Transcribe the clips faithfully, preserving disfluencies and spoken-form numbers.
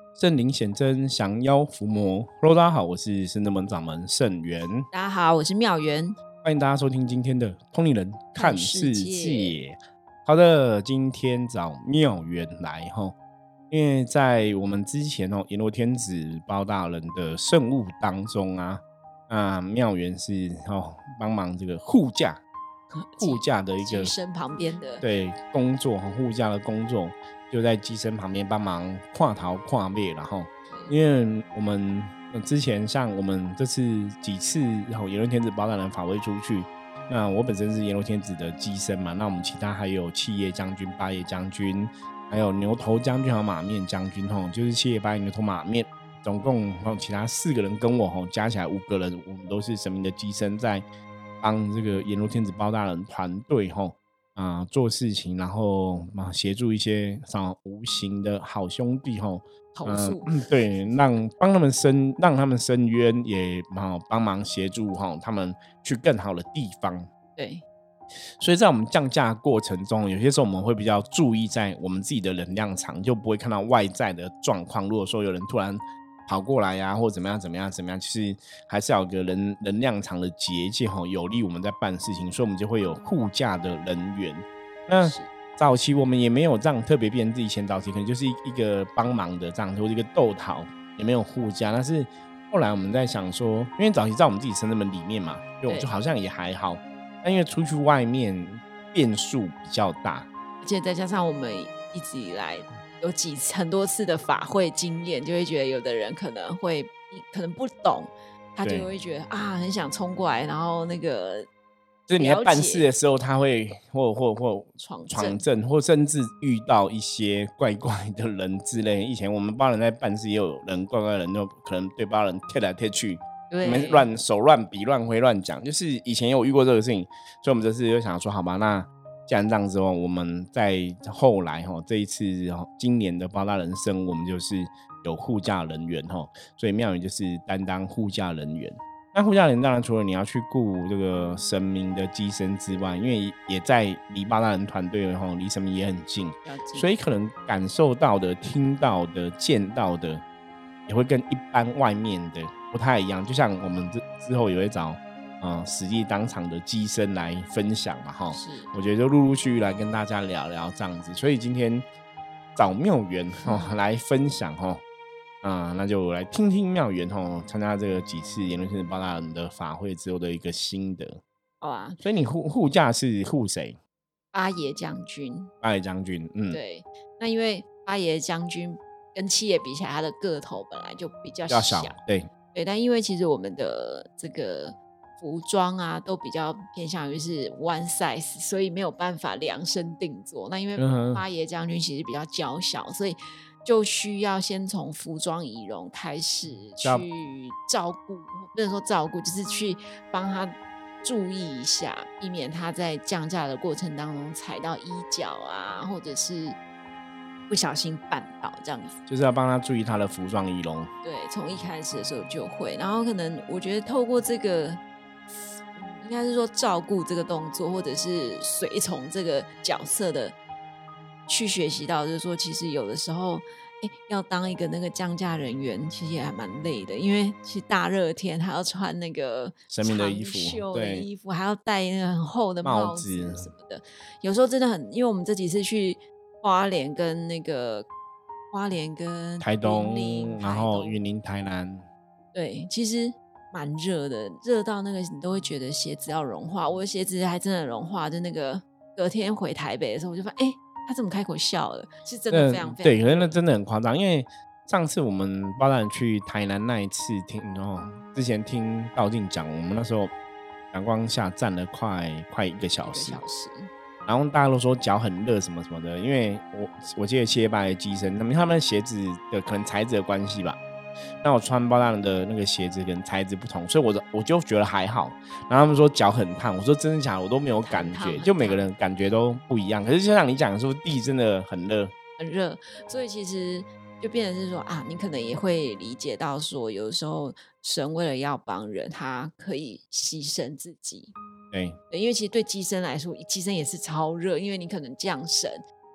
圣灵显真，降妖伏魔。Hello， 大家好，我是圣真门掌门圣元。 大家好，我是妙元， 欢迎大家收听今天的通灵人看世世界。好的，今天找妙元来齁，因为在我们之前哦，阎罗天子包大人的圣物当中啊，那妙元是哦帮忙这个护驾。护驾的一个机身旁边的对工作，护驾的工作就在机身旁边帮忙跨逃跨灭，然后因为我们之前像我们这次几次然后阎罗天子包大人法会出去，那我本身是阎罗天子的机身嘛，那我们其他还有七叶将军、八叶将军，还有牛头将军还有马面将军，就是七叶八叶牛头马面，总共其他四个人跟我加起来五个人，我们都是神明的机身在帮这个阎罗天子包大人团队吼啊做事情，然后啊协助一些像无形的好兄弟吼， 投诉、 呃、对，让帮他们伸让他们伸冤，也帮忙协助哈他们去更好的地方。 对， 所以在我们降价过程中，有些时候我们会比较注意在我们自己的能量场，就不会看到外在的状况。如果说有人突然跑过来呀、啊，或怎么样怎么样怎么样，其实还是要有个人能量场的结界吼，有利我们在办事情，所以我们就会有护驾的人员。那早期我们也没有这样特别变自己前早期可能就是一个帮忙的这样，或者一个逗讨，也没有护驾。但是后来我们在想说，因为早期在我们自己神人们里面嘛，就就好像也还好，但因为出去外面变数比较大， 而且再加上我们一直以来有几很多次的法会经验，就会觉得有的人可能会可能不懂，他就会觉得啊很想冲过来，然后那个就是你在办事的时候，他会或或或闯阵，或甚至遇到一些怪怪的人之类。以前我们包人在办事，也有人怪怪的人，就可能对包人贴来贴去，你们乱手乱笔乱挥乱讲，就是以前有遇过这个事情，所以我们这次就想说，好吧，那既然这样之后，我们在后来这一次今年的包大人生，我们就是有护驾人员，所以庙宇就是担当护驾人员。那护驾人当然除了你要去顾这个神明的机身之外，因为也在离包大人团队离神明也很近，所以可能感受到的、听到的、见到的也会跟一般外面的不太一样。就像我们之后也会找嗯，实际当场的机身来分享嘛，哈，我觉得就陆陆续续来跟大家聊聊这样子。所以今天找妙元哦来分享哈。啊、嗯，那就来听听妙元吼参加这个几次阎罗天子包大人的法会之后的一个心得。 好啊， 所以你护护驾是护谁？ 八爷将军。 八爷将军，嗯， 对。那因为八爷将军跟七爷比起来，他的个头本来就比较 小, 小，对对。但因为其实我们的这个服装啊，都比较偏向于是 one size， 所以没有办法量身定做。那因为八爷将军其实比较娇小，所以就需要先从服装仪容开始去照顾，不能说照顾，就是去帮他注意一下，避免他在降价的过程当中踩到衣角啊，或者是不小心绊倒这样子， 就是要帮他注意他的服装仪容。 对，从一开始的时候就会，然后可能我觉得透过这个，应该是说照顾这个动作，或者是随从这个角色的。去学习到就是说其实有的时候哎，要当一个那个降价人员其实也还蛮累的，因为其实大热天还要穿那个神明的衣服长袖的衣服，还要戴那个很厚的帽子什么的，有时候真的很，因为我们这几次去花莲跟那个花莲跟台东，然后云林台南， 对，其实蛮热的，热到那个你都会觉得鞋子要融化，我的鞋子还真的融化，就那个隔天回台北的时候我就发现哎，他怎么开口笑了？是真的非常非常对，可是那真的很夸张。因为上次我们包大人去台南那一次听，哦，之前听道静讲，我们那时候阳光下站了快快一个小时， 一个小时， 然后大家都说脚很热什么什么的。因为我我记得七叶八爷机身，他们他们鞋子的可能材质的关系吧。那我穿包大人的那个鞋子跟材质不同，所以我我就觉得还好。然后他们说脚很烫，我说真的假的，我都没有感觉，就每个人感觉都不一样。可是就像你讲的说，地真的很热， 很热，所以其实就变成是说啊，你可能也会理解到说，有的时候神为了要帮人，他可以牺牲自己。 对， 对，因为其实对机身来说，机身也是超热，因为你可能降神。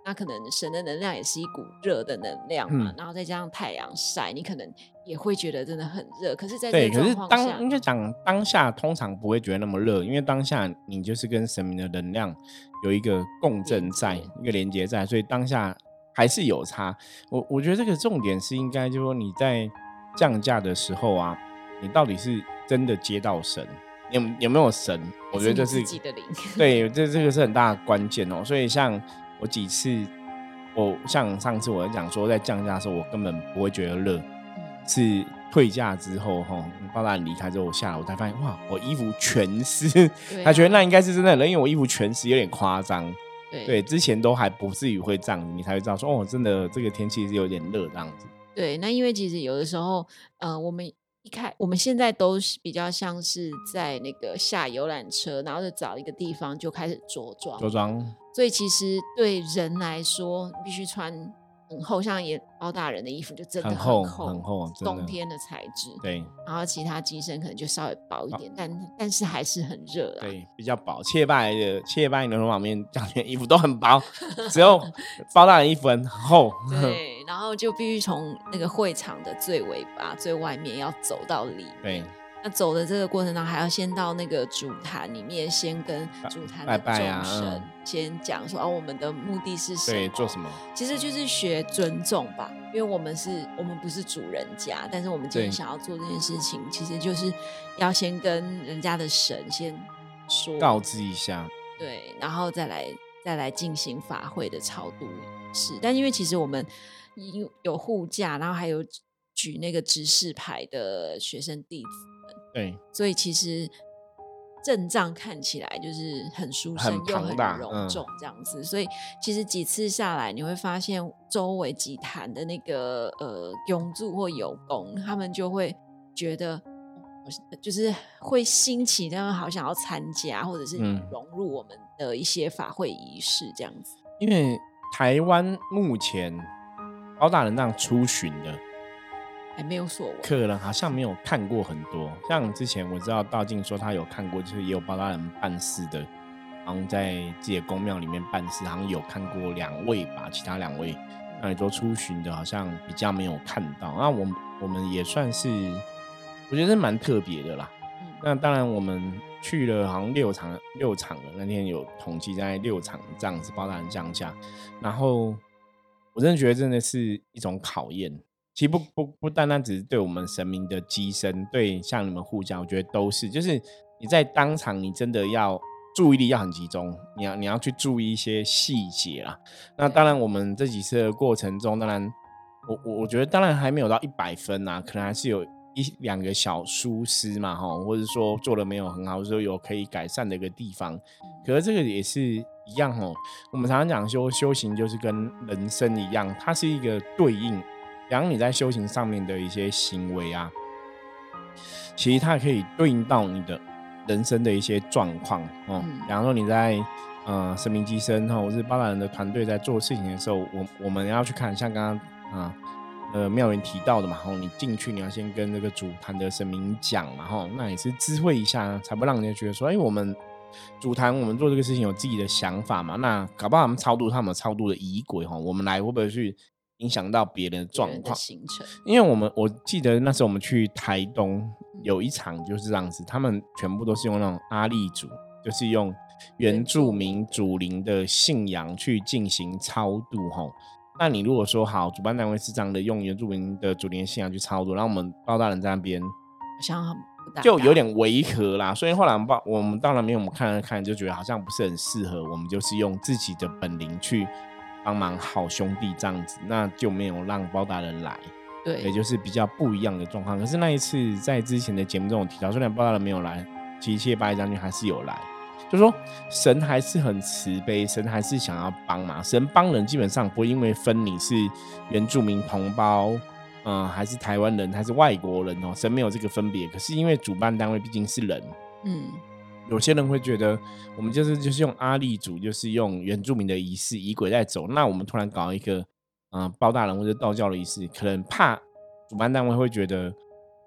那可能神的能量也是一股热的能量嘛， 嗯、 然后再加上太阳晒，你可能也会觉得真的很热。可是在对， 这可是状况下， 当应该讲当下通常不会觉得那么热，因为当下你就是跟神明的能量有一个共振在，一个连接在，所以当下还是有差。我我觉得这个重点是应该就是说你在降价的时候啊，你到底是真的接到神，有有没有神？我觉得这是自己的灵， 对，这这个是很大的关键哦。所以像我几次，我像上次我讲说，在降价的时候，我根本不会觉得热，嗯、是退价之后哈，包大人离开之后，我下来我才发现，哇，我衣服全湿，他、啊、觉得那应该是真的很热，因为我衣服全湿有点夸张。对, 对，之前都还不至于会这样，你才会知道说，哦，真的这个天气是有点热这样子。 对，那因为其实有的时候，呃，我们一开，我们现在都是比较像是在那个下游览车，然后就找一个地方就开始着装。 着装。 所以其实对人来说，必须穿很厚，像也包大人的衣服就真的很厚， 很厚， 冬天的材质。 对。 然后其他机身可能就稍微薄一点，但但是还是很热啊。 对，比较薄。切拜的切拜牛头旁边将军衣服都很薄，只有包大人衣服很厚。 对，然后就必须从那个会场的最尾巴、最外面要走到里面。 对。 那走的这个过程中，还要先到那个主坛里面，先跟主坛的众神、啊嗯、先讲说，哦，我们的目的是什么？ 对，做什么？ 其实就是学尊重吧，因为我们是，我们不是主人家，但是我们今天想要做这件事情，其实就是要先跟人家的神先说， 告知一下， 对，然后再来再来进行法会的超度仪式。但因为其实我们有护驾，然后还有举那个指示牌的学生弟子。 对， 所以其实阵仗看起来就是很殊胜又很隆重这样子、嗯、所以其实几次下来你会发现周围几坛的那个呃拥助或友工，他们就会觉得就是会兴起他们好想要参加或者是融入我们的一些法会仪式这样子、 嗯、因为台湾目前包大人这样出巡的还没有所谓， 可能好像没有看过很多。像之前我知道道静说他有看过，就是也有包大人办事的，好像在自己的宫庙里面办事，好像有看过两位吧，其他两位那你说出巡的好像比较没有看到。那我们我们也算是我觉得蛮特别的啦、嗯、那当然我们去了好像六场六场了，那天有统计在六场这样子包大人降价，然后我真的觉得真的是一种考验。其实 不, 不, 不单单只是对我们神明的机身，对像你们护驾，我觉得都是，就是你在当场你真的要注意力要很集中，你要你要去注意一些细节啦。那当然我们这几次的过程中，当然我我我觉得当然还没有到一百分啊，可能还是有一两个小疏失嘛，或者说做的没有很好，或者说有可以改善的一个地方。可是这个也是一样齁，我们常常讲修修行就是跟人生一样，它是一个对应。然后你在修行上面的一些行为啊，其实它可以对应到你的人生的一些状况哦。比方说你在呃神明机身或者是包大人的团队在做事情的时候，我我们要去看，像刚刚啊呃妙云提到的嘛，你进去你要先跟那个主坛的神明讲嘛，那也是知会一下，才不让人家觉得说，哎，我们主坛我们做这个事情有自己的想法嘛，那搞不好他们超度他们超度的仪轨，我们来会不会去影响到别人的状况？因为我们我记得那时候我们去台东有一场就是这样子，他们全部都是用那种阿立主，就是用原住民祖灵的信仰去进行超度齁。那你如果说好，主办单位是这样的，用原住民的祖灵的信仰去超度，然后我们包大人在那边好像就有点违和啦，所以后来我们当然没有，我们看了看就觉得好像不是很适合，我们就是用自己的本灵去帮忙好兄弟这样子，那就没有让包大人来，对，也就是比较不一样的状况。可是那一次在之前的节目中有提到，虽然包大人没有来，其实七八将军还是有来，就说神还是很慈悲，神还是想要帮忙，神帮人基本上不会因为分你是原住民同胞、呃、还是台湾人还是外国人哦，神没有这个分别。可是因为主办单位毕竟是人，嗯。有些人会觉得我们就是就是用阿立主，就是用原住民的仪式仪轨在走，那我们突然搞一个呃包大人或者道教的仪式，可能怕主办单位会觉得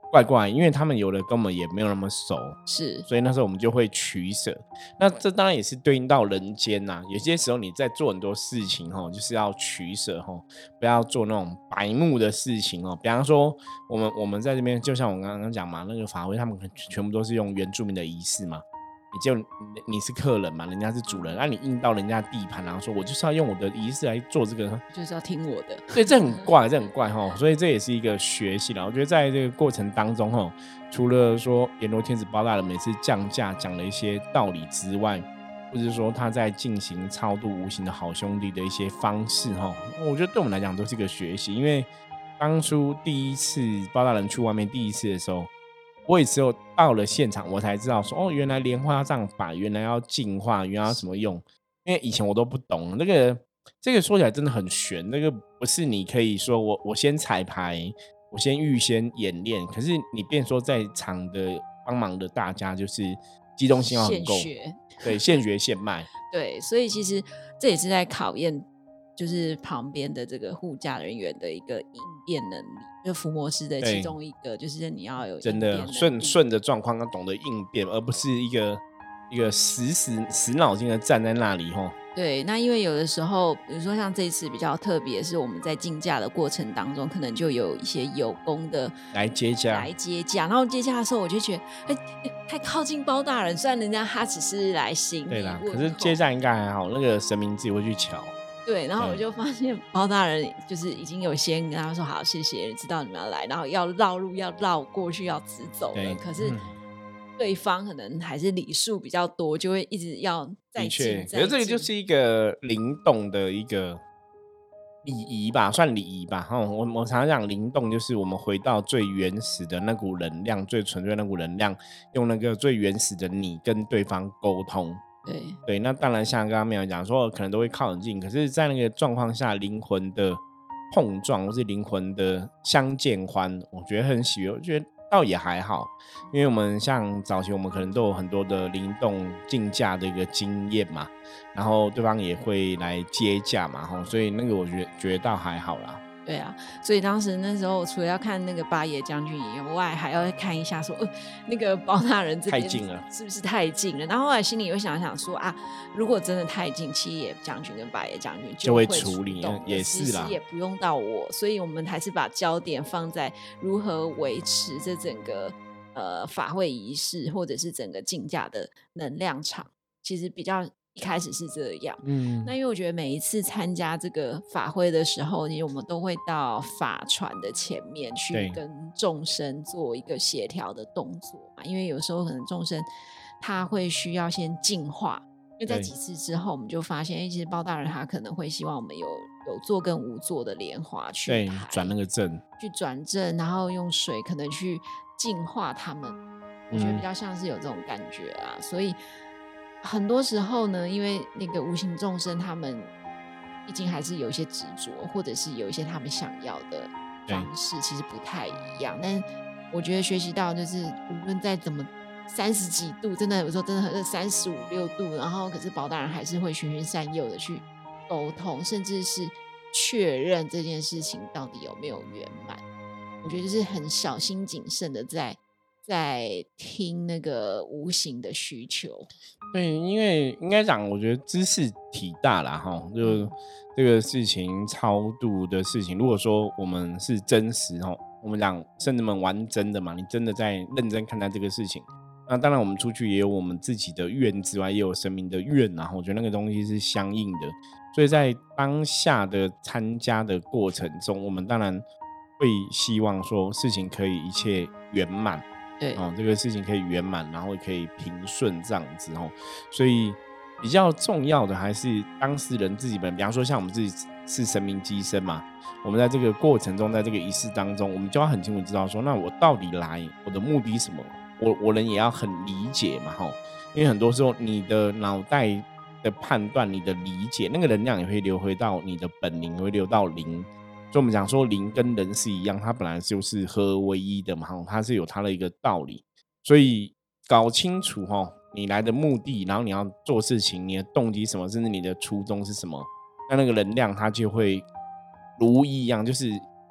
怪怪，因为他们有的根本也没有那么熟， 是， 所以那时候我们就会取舍。那这当然也是对应到人间呐、啊，有些时候你在做很多事情吼，就是要取舍吼，不要做那种白目的事情哦。比方说，我们我们在这边，就像我刚刚讲嘛，那个法会他们全部都是用原住民的仪式嘛。你就你是客人嘛，人家是主人，那、啊、你硬到人家地盘，然后说我就是要用我的仪式来做这个， 就是要听我的， 对，这很怪，这很怪哈，所以这也是一个学习啦。我觉得在这个过程当中哈，除了说阎罗天子包大人每次降价讲了一些道理之外，或者说他在进行超度无形的好兄弟的一些方式哈，我觉得对我们来讲都是一个学习。因为当初第一次包大人去外面第一次的时候，我也只有到了现场，我才知道说，哦，原来莲花要这样摆，原来要净化，原来要怎么用。因为以前我都不懂，那个这个说起来真的很玄，那个不是你可以说我我先彩排，我先预先演练，可是你变说在场的帮忙的大家就是机动性要很够， 现学， 对，现学现卖， 对，所以其实这也是在考验。就是旁边的这个护驾人员的一个应变能力，就伏魔师的其中一个，就是你要有真的顺顺的状况要懂得应变，而不是一个一个死死死脑筋的站在那里吼。 对，那因为有的时候，比如说像这次比较特别，是我们在竞价的过程当中，可能就有一些有功的来接驾， 来接驾，然后接驾的时候，我就觉得，哎、欸，太靠近包大人，虽然人家他只是来行礼， 对啦，可是接驾应该还好，那个神明自己会去瞧。 对，然后我就发现包大人就是已经有先跟他说好，谢谢，知道你们要来，然后要绕路要绕过去要直走了，可是对方可能还是礼数比较多，就会一直要再进。 的确，可是这个就是一个灵动的一个礼仪吧，算礼仪吧。我我常常讲灵动，就是我们回到最原始的那股能量，最纯粹的那股能量，用那个最原始的你跟对方沟通。 对对，那当然像刚刚没有讲说，可能都会靠很近，可是，在那个状况下，灵魂的碰撞或是灵魂的相见欢，我觉得很喜悦。我觉得倒也还好，因为我们像早期我们可能都有很多的灵动竞价的一个经验嘛，然后对方也会来接驾嘛，所以那个我觉得觉得倒还好啦。 对啊，所以当时那时候除了要看那个八爷将军以外，还要看一下说，呃，那个包大人这边太近了， 是不是太近了？然后后来心里又想想说啊，如果真的太近，七爷将军跟八爷将军就会处理，也是啦， 也不用到我，所以我们还是把焦点放在如何维持这整个呃法会仪式，或者是整个竞价的能量场，其实比较。一开始是这样，嗯，那因为我觉得每一次参加这个法会的时候，其实我们都会到法船的前面去跟众生做一个协调的动作嘛，因为有时候可能众生他会需要先净化，因为在几次之后我们就发现，其实包大人他可能会希望我们有有做跟无做的莲花去对转那个阵， 去转阵，然后用水可能去净化他们，我觉得比较像是有这种感觉啊，所以。很多时候呢，因为那个无形众生他们毕竟还是有一些执着，或者是有一些他们想要的方式其实不太一样，但我觉得学习到就是无论再怎么三十几度，真的有时候真的很三十五六度，然后可是包大人还是会循循善诱的去沟通，甚至是确认这件事情到底有没有圆满。我觉得就是很小心谨慎的在在听那个无形的需求。 对，因为应该讲，我觉得知识体大啦，哈，就这个事情超度的事情，如果说我们是真实哈，我们讲圣人们玩真的嘛，你真的在认真看待这个事情，那当然我们出去也有我们自己的愿之外，也有神明的愿，然后我觉得那个东西是相应的，所以在当下的参加的过程中，我们当然会希望说事情可以一切圆满。 对哦，这个事情可以圆满，然后可以平顺这样子哦，所以比较重要的还是当事人自己本，比方说像我们自己是神明机身嘛，我们在这个过程中，在这个仪式当中，我们就要很清楚知道说，那我到底来，我的目的是什么？我我人也要很理解嘛，哈，因为很多时候你的脑袋的判断，你的理解，那个能量也会流回到你的本灵，会流到灵。所以我们讲说灵跟人是一样，它本来就是合而为一的嘛，它是有它的一个道理。所以搞清楚你来的目的，然后你要做事情，你的动机什么，甚至你的初衷是什么，那那个能量它就会如一一样，就是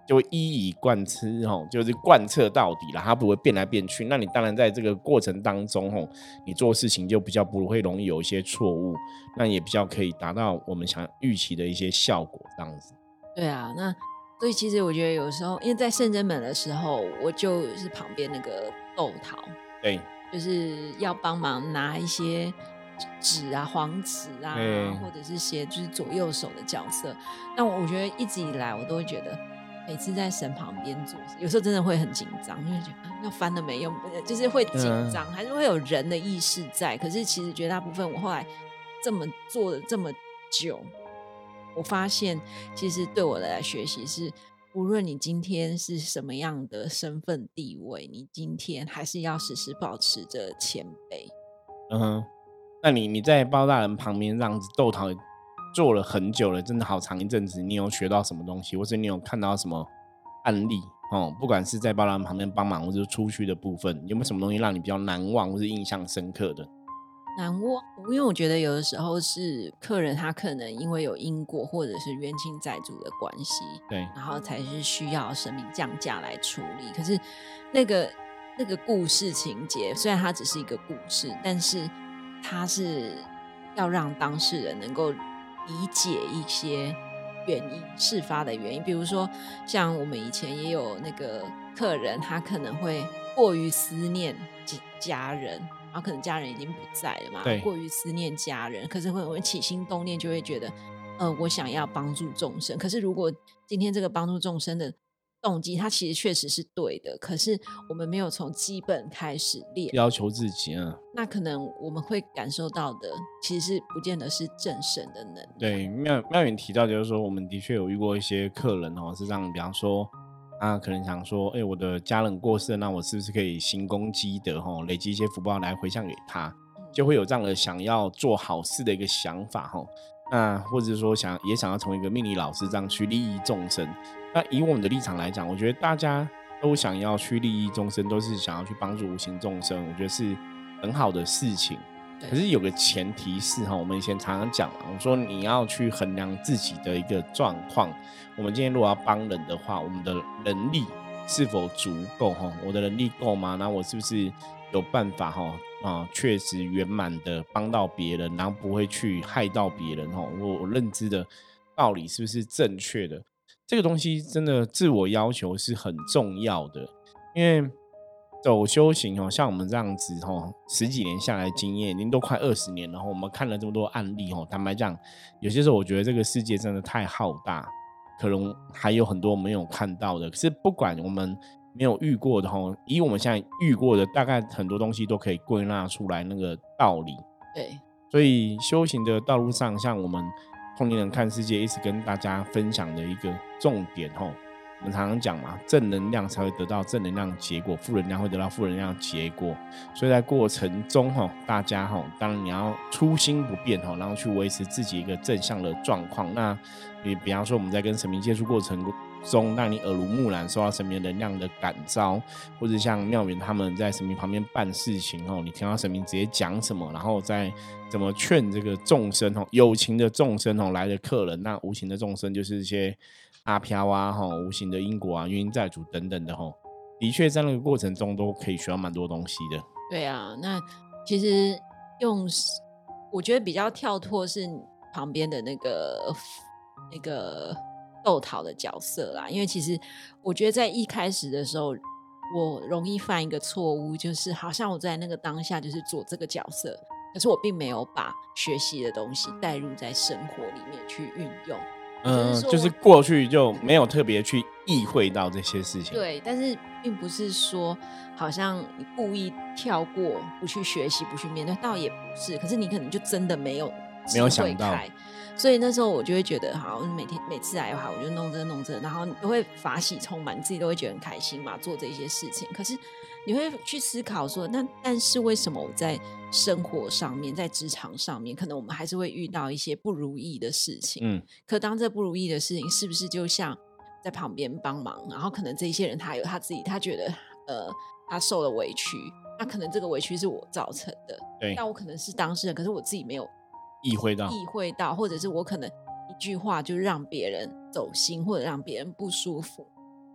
就会一以贯之吼，就是贯彻到底啦，它不会变来变去。那你当然在这个过程当中吼，你做事情就比较不会容易有一些错误，那也比较可以达到我们想预期的一些效果，这样子。 对啊，那所以其实我觉得有时候，因为在圣真门的时候，我就是旁边那个豆桃， 对， 就是要帮忙拿一些纸啊、黄纸啊，或者是写就是左右手的角色。那我觉得一直以来我都会觉得，每次在神旁边做，有时候真的会很紧张，因为觉得、啊、要翻了没用，就是会紧张、嗯，还是会有人的意识在。可是其实绝大部分我后来这么做了这么久，我发现其实对我来学习是，无论你今天是什么样的身份地位，你今天还是要时时保持着谦卑。 嗯哼，那你你在包大人旁边这样子豆桃做了很久了，真的好长一阵子，你有学到什么东西，或者你有看到什么案例哦？不管是在包大人旁边帮忙，或者是出去的部分，有没有什么东西让你比较难忘或是印象深刻的？ 难忘，因为我觉得有的时候是客人他可能因为有因果或者是冤亲债主的关系， 对， 然后才是需要神明降价来处理。可是那个那个故事情节，虽然它只是一个故事，但是它是要让当事人能够理解一些原因，事发的原因。比如说像我们以前也有那个客人，他可能会过于思念家人，然后可能家人已经不在了嘛，过于思念家人，可是会会起心动念，就会觉得呃，我想要帮助众生。可是如果今天这个帮助众生的动机，它其实确实是对的，可是我们没有从基本开始练， 要求自己啊， 那可能我们会感受到的其实是不见得是正神的能力。 对，妙妙远提到就是说，我们的确有遇过一些客人哦，是这样，比方说啊，可能想说，哎、欸，我的家人过世，那我是不是可以行功积德哈，累积一些福报来回向给他，就会有这样的想要做好事的一个想法哈。那或者说想也想要从一个命理老师这样去利益众生。那以我们的立场来讲，我觉得大家都想要去利益众生，都是想要去帮助无形众生，我觉得是很好的事情。可是有个前提是哈，我们以前常常讲嘛，我说你要去衡量自己的一个状况。我们今天如果要帮人的话，我们的能力是否足够哈？我的能力够吗？那我是不是有办法哈啊，确实圆满的帮到别人，然后不会去害到别人哈？我我认知的道理是不是正确的？这个东西真的自我要求是很重要的，因为走修行哦，像我们这样子哦，十几年下来经验，已经都快二十年了。我们看了这么多案例哦，坦白讲，有些时候我觉得这个世界真的太浩大，可能还有很多没有看到的。可是不管我们没有遇过的哦，以我们现在遇过的，大概很多东西都可以归纳出来那个道理。 对， 所以修行的道路上，像我们通灵人看世界一直跟大家分享的一个重点哦。我们常常讲嘛，正能量才会得到正能量结果，负能量会得到负能量结果。所以在过程中大家当然你要初心不变，然后去维持自己一个正向的状况。那比方说我们在跟神明接触过程中，让你耳濡目染，受到神明能量的感召，或者像妙远他们在神明旁边办事情，你听到神明直接讲什么，然后再怎么劝这个众生，有情的众生来的客人，那无情的众生就是一些阿飘啊，无形的因果啊，冤亲债主等等的，的确在那个过程中都可以学到蛮多东西的。 对啊，那其实用我觉得比较跳脱是旁边的那个那个豆桃的角色啦，因为其实我觉得在一开始的时候，我容易犯一个错误，就是好像我在那个当下就是做这个角色，可是我并没有把学习的东西带入在生活里面去运用。 嗯，就是过去就没有特别去意会到这些事情。 对，但是并不是说好像你故意跳过不去学习不去面对，倒也不是，可是你可能就真的没有没有想到， 所以那时候我就会觉得好，每天每次来的话我就弄这弄这，然后你都会法喜充满，你自己都会觉得很开心嘛，做这些事情。可是你会去思考说，那但是为什么我在生活上面，在职场上面，可能我们还是会遇到一些不如意的事情。嗯，可当这不如意的事情是不是就像在旁边帮忙，然后可能这些人他有他自己，他觉得呃他受了委屈，那可能这个委屈是我造成的， 对， 但我可能是当事人，可是我自己没有意会到， 意会到，或者是我可能一句话就让别人走心，或者让别人不舒服。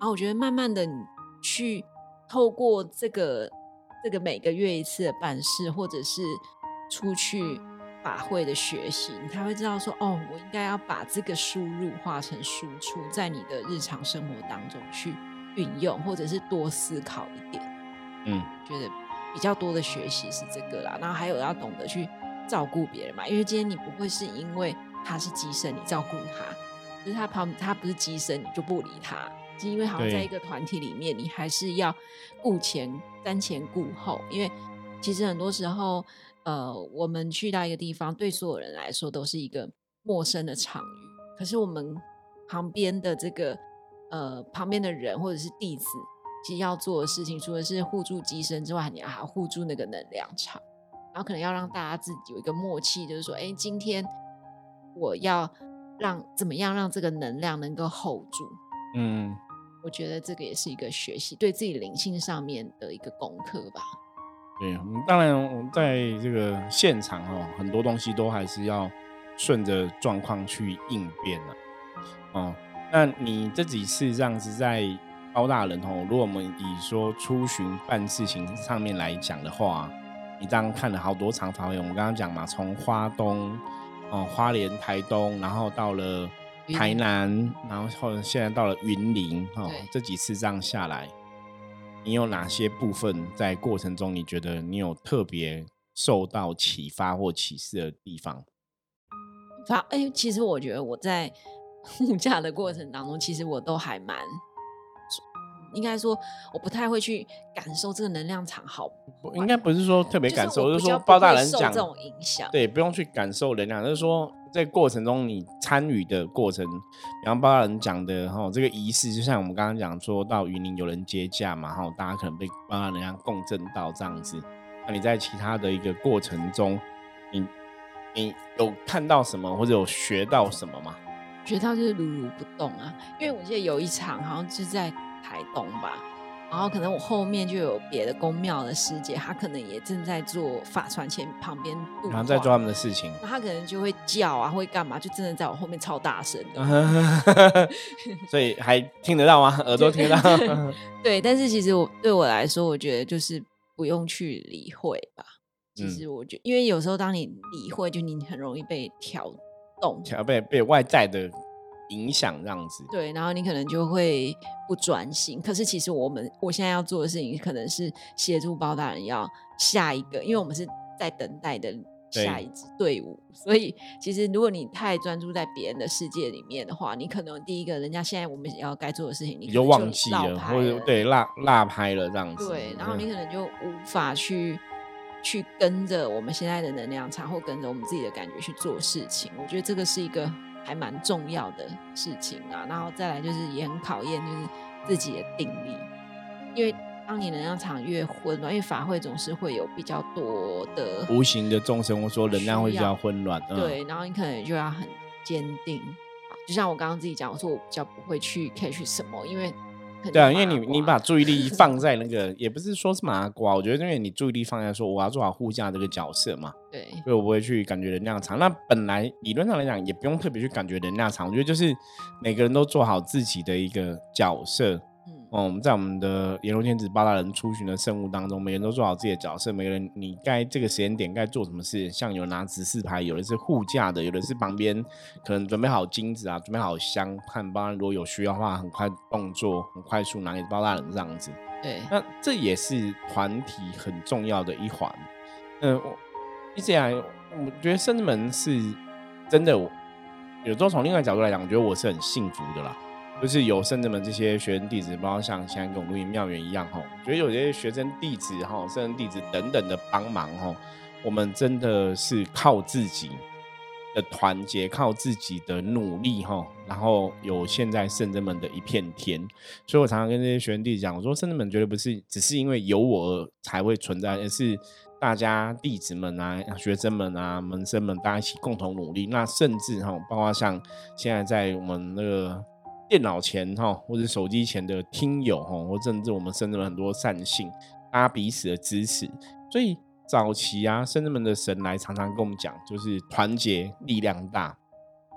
然后我觉得慢慢的你去透过这个这个每个月一次的办事，或者是出去法会的学习，你才会知道说，哦，我应该要把这个输入化成输出，在你的日常生活当中去运用，或者是多思考一点。嗯，觉得比较多的学习是这个啦。然后还有要懂得去照顾别人嘛，因为今天你不会是因为他是乩身你照顾他，就是他旁他不是乩身你就不理他，是因为好像在一个团体里面，你还是要顾前瞻前顾后。因为其实很多时候呃，我们去到一个地方，对所有人来说都是一个陌生的场域，可是我们旁边的这个呃旁边的人或者是弟子，其实要做的事情，除了是护住乩身之外，你还要护住那个能量场，然后可能要让大家自己有一个默契，就是说，哎，今天我要让怎么样让这个能量能够 hold 住。嗯，我觉得这个也是一个学习，对自己灵性上面的一个功课吧。 对，当然我们在这个现场哦，很多东西都还是要顺着状况去应变啊。哦，那你这几次这样子在包大人哦，如果我们以说出巡办事情上面来讲的话，你这样看了好多场法会，我们刚刚讲嘛，从花东、哦、花莲、台东，然后到了台南，然后后来现在到了云林哦，这几次这样下来，你有哪些部分在过程中你觉得你有特别受到启发或启示的地方？ 欸、其实我觉得我在护驾的过程当中，其实我都还蛮，应该说我不太会去感受这个能量场好不好， 应该不是说特别感受， 就是说包大人讲这种影响， 对，不用去感受能量，就是说在过程中你参与的过程，比方包大人讲的齁，这个仪式，就像我们刚刚讲说到云林有人接驾嘛，齁，大家可能被包大人能量共振到这样子。那你在其他的一个过程中，你你有看到什么或者有学到什么吗？ 学到就是如如不动啊，因为我记得有一场好像就是在台东吧，然后可能我后面就有别的宫庙的师姐，她可能也正在做法船前旁边度化， 然后在做他们的事情， 那她可能就会叫啊，会干嘛，就真的在我后面超大声的， 所以还听得到吗？耳朵听得到？ 对，但是其实我对我来说，我觉得就是不用去理会吧。其实我觉得，嗯、因为有时候当你理会，就你很容易被调动， 被被外在的影响这样子。 对，然后你可能就会不专心。可是其实我们我现在要做的事情，可能是协助包大人要下一个，因为我们是在等待的下一支队伍，所以其实如果你太专注在别人的世界里面的话，你可能第一个人家现在我们要该做的事情，你就忘记了，或者对落落拍了这样子。 对，然后你可能就无法去。去跟着我们现在的能量场，或跟着我们自己的感觉去做事情，我觉得这个是一个还蛮重要的事情啊。然后再来就是也很考验就是自己的定力，因为当你能量场越混乱，因为法会总是会有比较多的无形的众生，或说能量会比较混乱， 嗯、对，然后你可能就要很坚定。就像我刚刚自己讲，我说我比较不会去 catch 什么，因为。 对啊，因为你你把注意力放在那个，也不是说是麻瓜，我觉得因为你注意力放在说我要做好护驾这个角色嘛， 对， 所以我不会去感觉能量场。那本来理论上来讲，也不用特别去感觉能量场，我觉得就是每个人都做好自己的一个角色。嗯，哦、在我们的阎罗天子八大人出巡的圣物当中，每个人都做好自己的角色，每个人你该这个时间点该做什么事，像有拿指示牌，有的是护驾的，有的是旁边可能准备好金子啊，准备好香，看包大人如果有需要的话，很快动作很快速拿给包大人这样子。 对， 那这也是团体很重要的一环。嗯、呃，一直以来，我觉得圣子们是真的，有时候从另外一个角度来讲，我觉得我是很幸福的啦。就是有圣子们这些学生弟子，包括像现在跟我们录音妙缘一样，我觉得有些学生弟子、圣人弟子等等的帮忙，我们真的是靠自己的团结，靠自己的努力，然后有现在圣人们的一片天。所以我常常跟这些学生弟子讲，我说圣人们绝对不是只是因为有我才会存在，而是大家弟子们啊、学生们啊、门生们，大家一起共同努力。那甚至包括像现在在我们那个电脑前或者手机前的听友，或甚至我们甚至很多善信，大家彼此的支持。所以早期啊，圣人们的神来常常跟我们讲，就是团结力量大。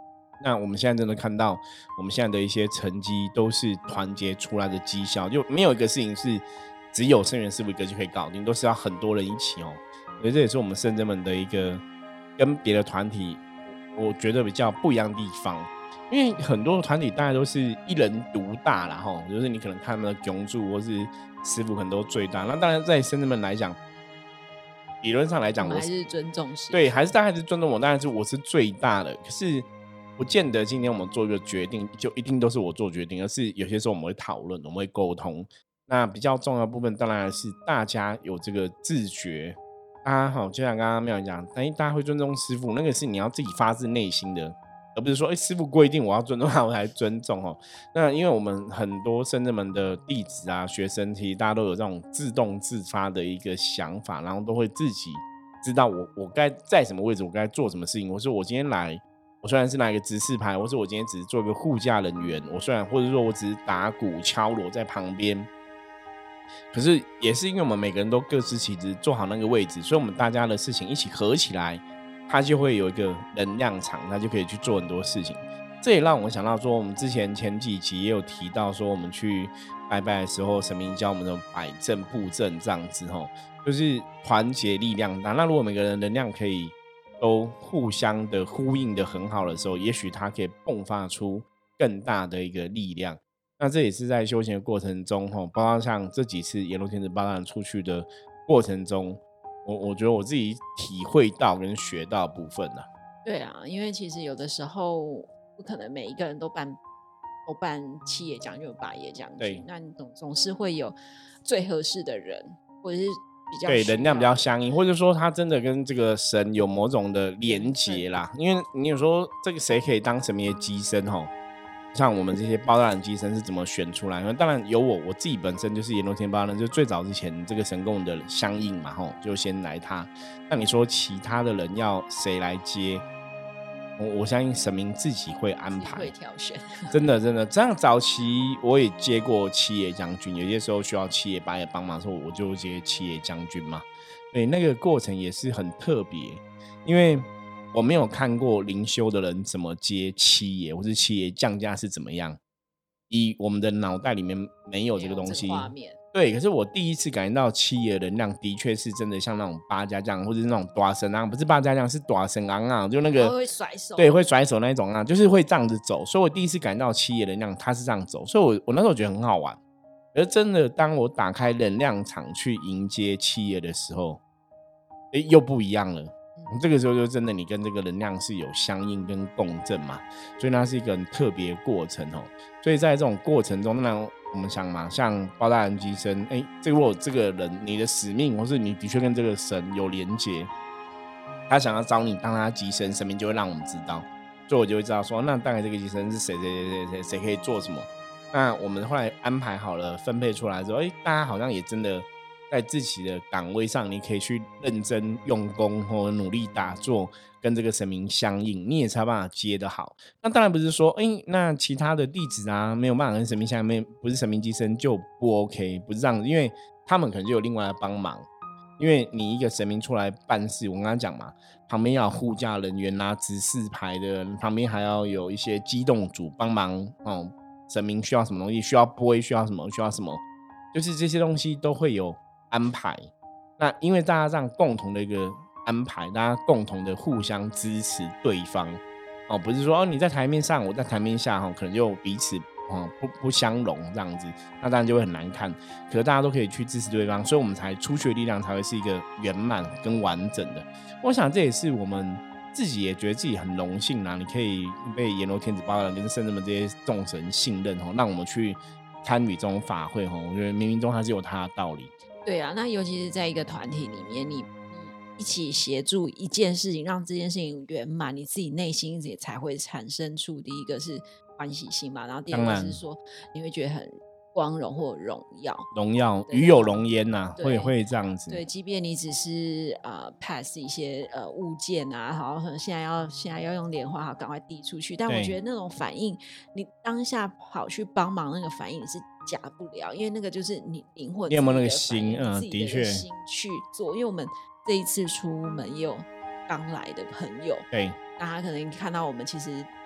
那我们现在真的看到，我们现在的一些成绩都是团结出来的绩效，就没有一个事情是只有圣元师傅一个就可以搞定，都是要很多人一起哦。所以这也是我们圣真门的一个跟别的团体，我觉得比较不一样的地方。因为很多团体大概都是一人独大啦，吼，就是你可能看他们的拱柱或是师傅可能都最大。那当然在圣真门来讲，理论上来讲，我还是尊重师父， 对，还是大概是尊重我，当然是我是最大的。可是不见得今天我们做一个决定就一定都是我做决定，而是有些时候我们会讨论，我们会沟通。那比较重要的部分当然是大家有这个自觉。大家好，就像刚刚妙讲，但大家会尊重师父，那个是你要自己发自内心的，而不是说，哎、欸，师父规定我要尊重他，我才尊重哦。那因为我们很多圣真门的弟子啊、学生，其实大家都有这种自动自发的一个想法，然后都会自己知道我我该在什么位置，我该做什么事情。我说我今天来，我虽然是拿一个指示牌，或是我今天只是做一个护驾人员，我虽然或者说我只是打鼓敲锣在旁边。可是也是因为我们每个人都各司其职，做好那个位置，所以我们大家的事情一起合起来，它就会有一个能量场，它就可以去做很多事情。这也让我想到说，我们之前前几集也有提到说，我们去拜拜的时候，神明教我们的摆阵布阵这样子，就是团结力量大。那如果每个人能量可以都互相的呼应的很好的时候，也许它可以迸发出更大的一个力量。那这也是在修行的过程中，包括像这几次阎罗天子八大人出去的过程中，我我觉得我自己体会到跟学到的部分啊。 对啊，因为其实有的时候不可能每一个人都办都办七爷将军、八爷将军，那你总总是会有最合适的人，或者是比较对能量比较相应，或者说他真的跟这个神有某种的连结啦。因为你有说这个谁可以当神明的机身吼？像我们这些包大人机身是怎么选出来？当然有我，我自己本身就是阎罗天包大人，就最早之前这个神供的相应嘛，吼，就先来他。那你说其他的人要谁来接？我, 我相信神明自己会安排， 会挑选。 真的真的，这样早期我也接过七爷将军，有些时候需要七爷八爷帮忙的时候，我就接七爷将军嘛。对，那个过程也是很特别，因为我没有看过灵修的人怎么接七爷，或是七爷降价是怎么样，以我们的脑袋里面没有这个东西。 画面对，可是我第一次感觉到七爷的能量的确是真的像那种八家将，或者是那种大神啊，不是八家将，是大神昂啊，就那个会甩手， 对，会甩手那一种啊，就是会这样子走。所以我第一次感觉到七爷的能量，他是这样走，所以我我那时候觉得很好玩。而真的，当我打开能量场去迎接七爷的时候，哎，又不一样了。这个时候就真的你跟这个能量是有相应跟共振嘛，所以那是一个很特别的过程哦。所以在这种过程中，当然我们想嘛，像包大人机身，哎，这个如果这个人你的使命，或是你的确跟这个神有连结，他想要找你当他机身，神明就会让我们知道，所以我就会知道说，那大概这个机身是谁谁谁谁谁可以做什么。那我们后来安排好了，分配出来之后，哎，大家好像也真的在自己的岗位上，你可以去认真用功或努力打坐，跟这个神明相应，你也才有办法接得好。那当然不是说，哎，那其他的弟子啊没有办法跟神明相应，不是神明机身就不 OK， 不是这样子，因为他们可能就有另外的帮忙。因为你一个神明出来办事，我刚刚讲嘛，旁边要有护驾人员啊、指示牌的人，旁边还要有一些机动组帮忙哦。神明需要什么东西，需要播，需要什么，需要什么，就是这些东西都会有安排。那因为大家这样共同的一个安排，大家共同的互相支持对方哦，不是说哦你在台面上，我在台面下，哦，可能就彼此哦不不相容这样子，那当然就会很难看。可是大家都可以去支持对方，所以我们才出去的力量才会是一个圆满跟完整的。我想这也是我们自己也觉得自己很荣幸啦，你可以被阎罗天子八大人跟圣人们这些众神信任，让我们去参与这种法会，我觉得冥冥中还是有它的道理。 对啊，那尤其是在一个团体里面，你一起协助一件事情，让这件事情圆满，你自己内心也才会产生出第一个是欢喜心嘛，然后第二个是说你会觉得很光荣或荣耀， 荣耀与有荣焉呐，会会这样子。 对，即便你只是呃 pass 一些呃物件啊，好，可能现在要现在要用莲花，好，赶快递出去。但我觉得那种反应，你当下跑去帮忙，那个反应你是假不了，因为那个就是你灵魂， 你有没有那个心？嗯， 的确，心去做。因为我们这一次出门也有刚来的朋友， 对， 那他可能看到我们其实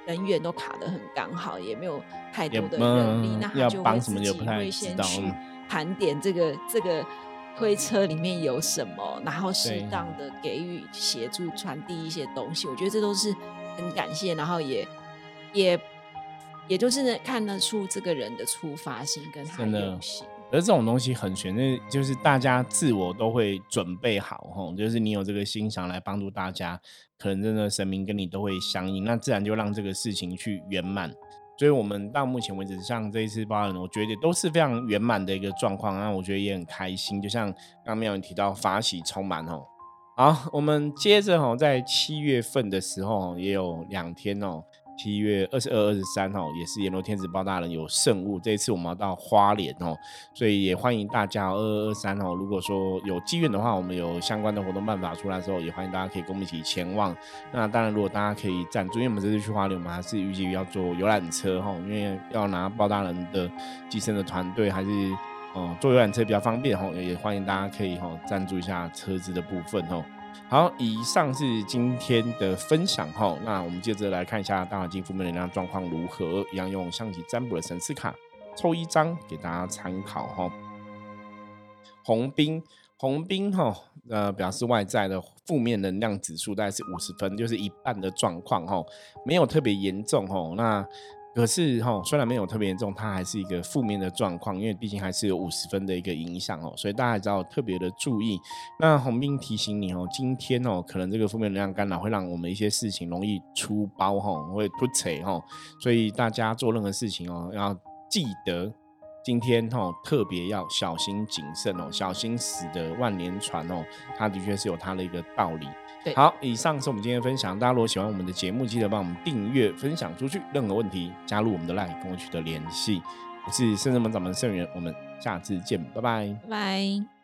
人员都卡得很刚好，也没有太多的人力，嗯、那他就会自己会先去盘点这个这个推车里面有什么，然后适当的给予协助传递一些东西。我觉得这都是很感谢，然后也也也就是看得出这个人的出发心跟他用心。 而这种东西很玄，就是大家自我都会准备好，就是你有这个心想来帮助大家，可能真的神明跟你都会相应，那自然就让这个事情去圆满。所以我们到目前为止，像这一次报案，我觉得都是非常圆满的一个状况，那我觉得也很开心。就像刚刚妙云提到法喜充满。好，我们接着在七月份的时候也有两天哦。七月二十二、二十三号也是阎罗天子包大人有圣物，这一次我们要到花莲哦，所以也欢迎大家二二二三哦，如果说有机缘的话，我们有相关的活动办法出来的时候，也欢迎大家可以跟我们一起前往。那当然，如果大家可以赞助，因为我们这次去花莲，我们还是预计要坐游览车哈，因为要拿包大人的寄生的团队，还是哦坐游览车比较方便哈，也欢迎大家可以哈赞助一下车子的部分哈。好，以上是今天的分享哈。那我们接着来看一下大环境负面能量状况如何，一样用象棋占卜的神谕卡抽一张给大家参考哈。红兵，红兵哈，呃，表示外在的负面能量指数大概是五十分，就是一半的状况哈，没有特别严重哈。那可是齁，虽然没有特别严重，它还是一个负面的状况，因为毕竟还是有五十分的一个影响哦，所以大家还是要特别的注意。那红兵提醒你哦，今天哦，可能这个负面能量干扰会让我们一些事情容易出包齁，会突扯齁，所以大家做任何事情哦，要记得今天齁特别要小心谨慎哦，小心驶得万年船哦，它的确是有它的一个道理。好，以上是我们今天的分享。大家如果喜欢我们的节目，记得帮我们订阅、分享出去。任何问题，加入我们的 LINE 跟我取得联系。我是圣人门掌门圣元，我们下次见，拜拜， 拜拜。